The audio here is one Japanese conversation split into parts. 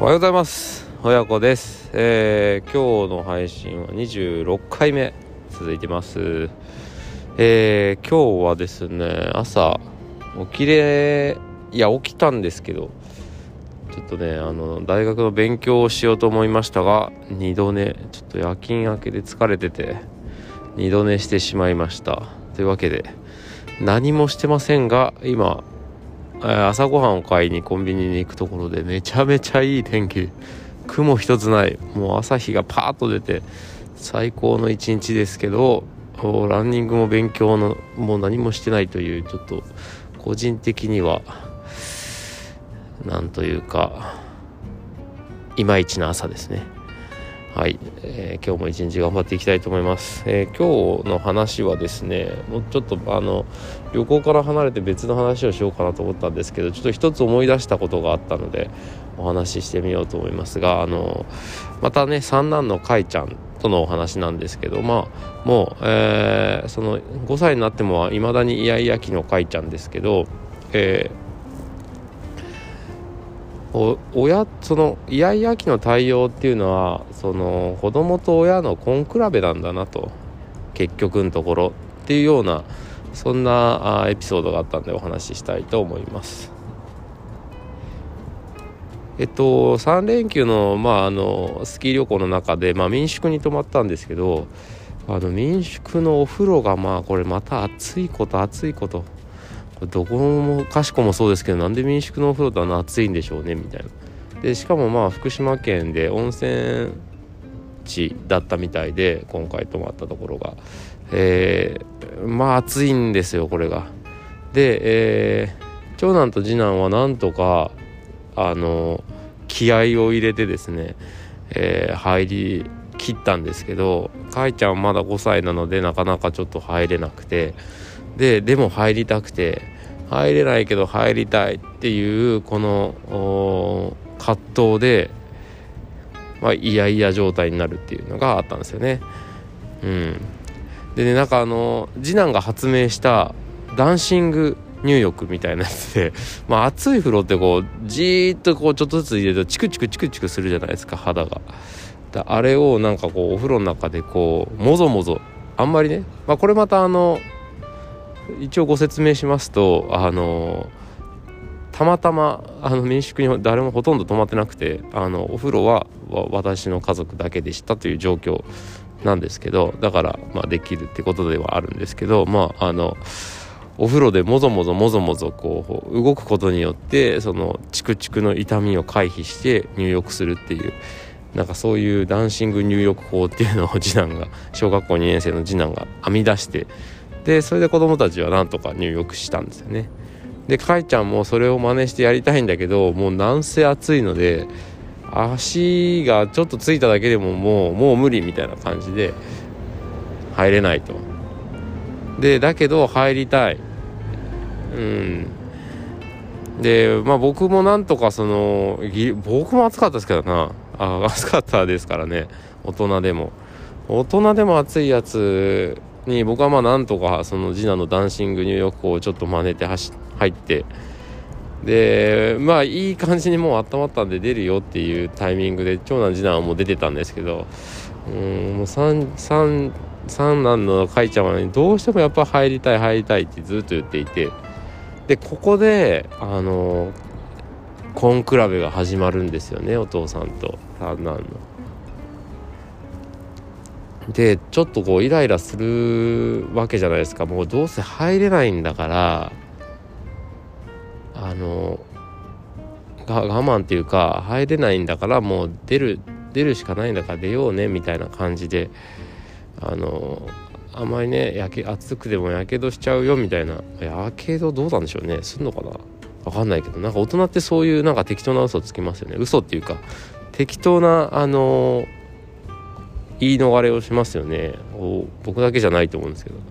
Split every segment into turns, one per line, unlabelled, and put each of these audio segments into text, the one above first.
おはようございます。親子です。今日の配信は26回目続いてます。今日はですね、朝起きたんですけど、ちょっとね大学の勉強をしようと思いましたが、二度寝、ちょっと夜勤明けで疲れてて二度寝してしまいました。というわけで何もしてませんが、今朝ごはんを買いにコンビニに行くところで、めちゃめちゃいい天気、雲一つない、もう朝日がパーッと出て最高の一日ですけど、ランニングも勉強のもう何もしてないという、ちょっと個人的にはなんというかいまいちな朝ですね。はい、今日も一日頑張っていきたいと思います。今日の話はですね、もうちょっと旅行から離れて別の話をしようかなと思ったんですけど、ちょっと一つ思い出したことがあったのでお話ししてみようと思いますが、またね、三男のかいちゃんとのお話なんですけど、もう、その5歳になっても未だにイヤイヤ期のかいちゃんですけど、そのイヤイヤ期の対応っていうのは、その子供と親の根比べなんだなと、結局のところっていうような、そんなエピソードがあったんでお話ししたいと思います。3連休の、スキー旅行の中で、民宿に泊まったんですけど、民宿のお風呂がこれまた暑いことどこもかしこもそうですけど、なんで民宿のお風呂って暑いんでしょうねみたいな。でしかも福島県で温泉地だったみたいで、今回泊まったところが、暑いんですよこれが。で、長男と次男はなんとか気合を入れてですね、入り切ったんですけど、かいちゃんまだ5歳なのでなかなかちょっと入れなくて、でも入りたくて入れないけど入りたいっていう、この葛藤で、イヤイヤ状態になるっていうのがあったんですよね。でね、次男が発明したダンシング入浴みたいなやつで、熱い風呂ってじーっとちょっとずつ入れるとチクチクするじゃないですか、肌が。あれをお風呂の中でもぞもぞ、あんまりね、これまた一応ご説明しますと、たまたま民宿に誰もほとんど泊まってなくて、お風呂は私の家族だけでしたという状況なんですけど、だからできるってことではあるんですけど、お風呂でもぞもぞ動くことによって、そのチクチクの痛みを回避して入浴するっていう、そういうダンシング入浴法っていうのを小学校2年生の次男が編み出して、でそれで子供たちはなんとか入浴したんですよね。でかいちゃんもそれを真似してやりたいんだけど、もうなんせ暑いので足がちょっとついただけでももう無理みたいな感じで入れないと。でだけど入りたい。で僕もなんとか僕も暑かったですけど暑かったですからね。大人でも暑いやつに僕はなんとかその次男のダンシング入浴法をちょっと真似て入って、でいい感じにもう温まったんで出るよっていうタイミングで、長男次男はもう出てたんですけど、もう三男のかいちゃんは、どうしてもやっぱ入りたいってずっと言っていて、でここで根比べが始まるんですよね、お父さんと三男の。でちょっとイライラするわけじゃないですか。もうどうせ入れないんだから我慢っていうか、入れないんだからもう出るしかないんだから出ようねみたいな感じで、あんまりね暑くてもやけどしちゃうよみたいな。やけどどうなんでしょうね、すんのかな、わかんないけど、大人ってそういう適当な嘘つきますよね。嘘っていうか適当な言い逃れをしますよね。僕だけじゃないと思うんですけ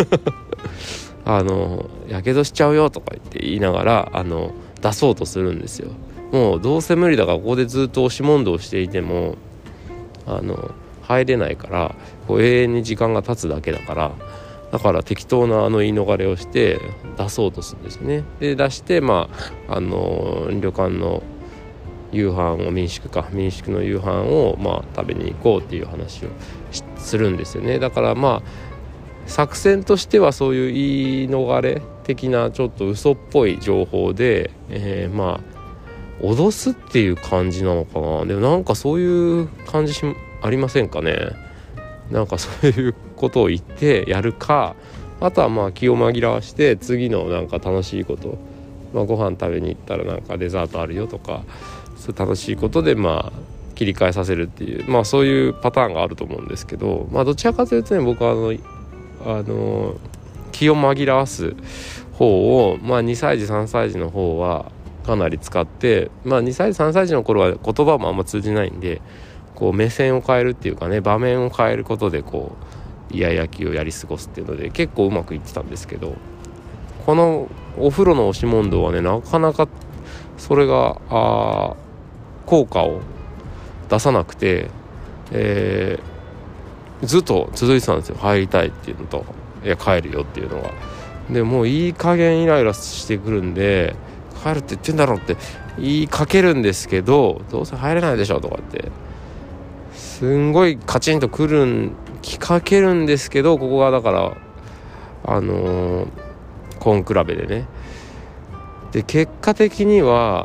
どやけどしちゃうよとか言いながら出そうとするんですよ。もうどうせ無理だから、ここでずっと押し問答していても入れないから、永遠に時間が経つだけだから適当な言い逃れをして出そうとするんですね。で出して旅館の夕飯を民宿の夕飯を食べに行こうっていう話をするんですよね。だから作戦としてはそういう言い逃れ的なちょっと嘘っぽい情報で、脅すっていう感じなのかな。でもなんかそういう感じありませんかね。なんかそういうことを言ってやるか、あとは気を紛らわして次のなんか楽しいこと、ご飯食べに行ったらなんかデザートあるよとか、そういう楽しいことで切り替えさせるっていう、そういうパターンがあると思うんですけど、どちらかというとね、僕は気を紛らわす方を、2歳児3歳児の方はかなり使って、2歳児3歳児の頃は言葉もあんま通じないんで、こう目線を変えるっていうかね、場面を変えることでこうイヤイヤ期をやり過ごすっていうので結構うまくいってたんですけど、このお風呂の押し問答はね、なかなかそれが効果を出さなくて、ずっと続いてたんですよ。入りたいっていうのと、いや帰るよっていうのが。でもういい加減イライラしてくるんで、帰るって言ってんだろうって言いかけるんですけど、どうせ入れないでしょとかってすんごいカチンときかけるんですけど、ここがだからコンクラベでね、で結果的には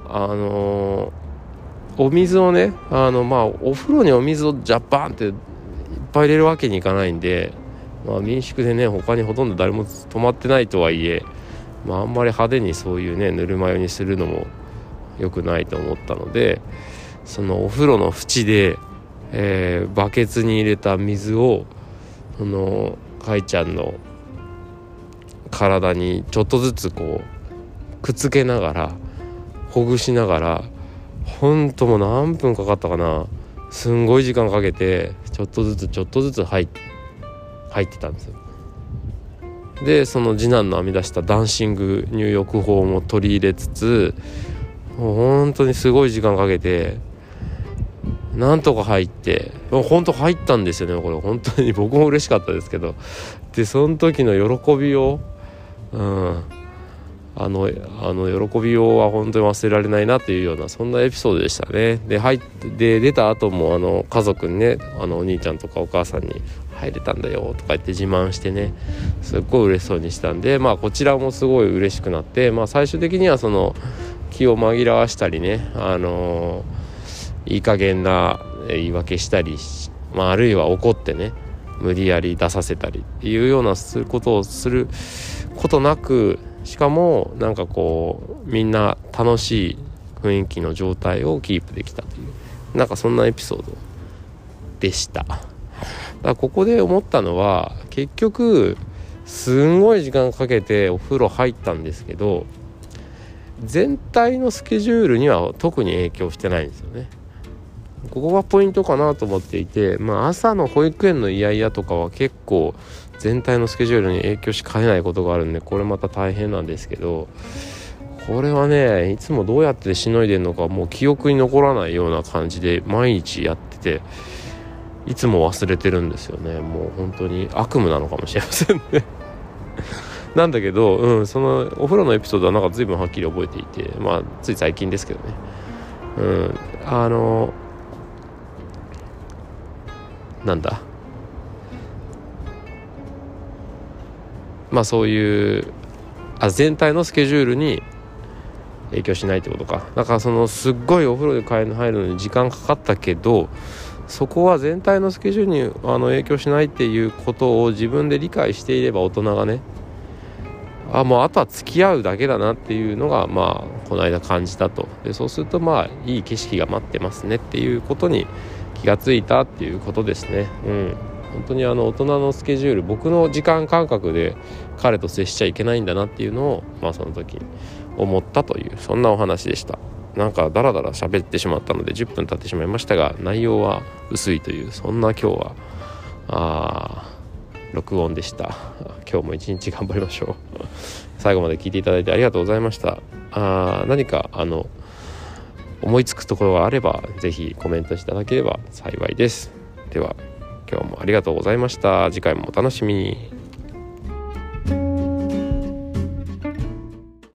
お水をね、お風呂にお水をジャッバーンっていっぱい入れるわけにいかないんで、民宿でね他にほとんど誰も泊まってないとはいえ、あんまり派手にそういうねぬるま湯にするのも良くないと思ったので、そのお風呂の縁で、バケツに入れた水をかいちゃんの体にちょっとずつこうくっつけながらほぐしながら、ほんともう何分かかったかな、すんごい時間かけてちょっとずつ入ってたんですよ。でその次男の編み出したダンシング入浴法も取り入れつつ、もう本当にすごい時間かけてなんとか入って、本当入ったんですよね。これ本当に僕も嬉しかったですけど、でその時の喜びを、喜びようは本当に忘れられないなというような、そんなエピソードでしたね。で出た後も家族にね、お兄ちゃんとかお母さんに入れたんだよとか言って自慢してね、すっごい嬉しそうにしたんで、こちらもすごい嬉しくなって、最終的にはその気を紛らわしたりね、いい加減な言い訳したり、あるいは怒ってね無理やり出させたりっていうようなことをすることなく、しかもなんかこうみんな楽しい雰囲気の状態をキープできたという、なんかそんなエピソードでした。だからここで思ったのは、結局すんごい時間かけてお風呂入ったんですけど、全体のスケジュールには特に影響してないんですよね。ここがポイントかなと思っていて、朝の保育園のイヤイヤとかは結構全体のスケジュールに影響しかねないことがあるんで、これまた大変なんですけど、これはねいつもどうやってしのいでるのかもう記憶に残らないような感じで毎日やってて、いつも忘れてるんですよね。もう本当に悪夢なのかもしれませんねなんだけど、そのお風呂のエピソードはなんか随分はっきり覚えていて、つい最近ですけどね、なんだそういう全体のスケジュールに影響しないってことか。だからそのすっごいお風呂で入るのに時間かかったけど、そこは全体のスケジュールに影響しないっていうことを自分で理解していれば、大人がねもうあとは付き合うだけだなっていうのがこの間感じたと。でそうするといい景色が待ってますねっていうことに気がついたっていうことですね。本当に大人のスケジュール、僕の時間感覚で彼と接しちゃいけないんだなっていうのをその時に思ったという、そんなお話でした。なんかダラダラ喋ってしまったので10分経ってしまいましたが、内容は薄いという、そんな今日は録音でした。今日も一日頑張りましょう最後まで聞いていただいてありがとうございました。何か思いつくところがあればぜひコメントしていただければ幸いです。では今日もありがとうございました。次回もお楽しみに。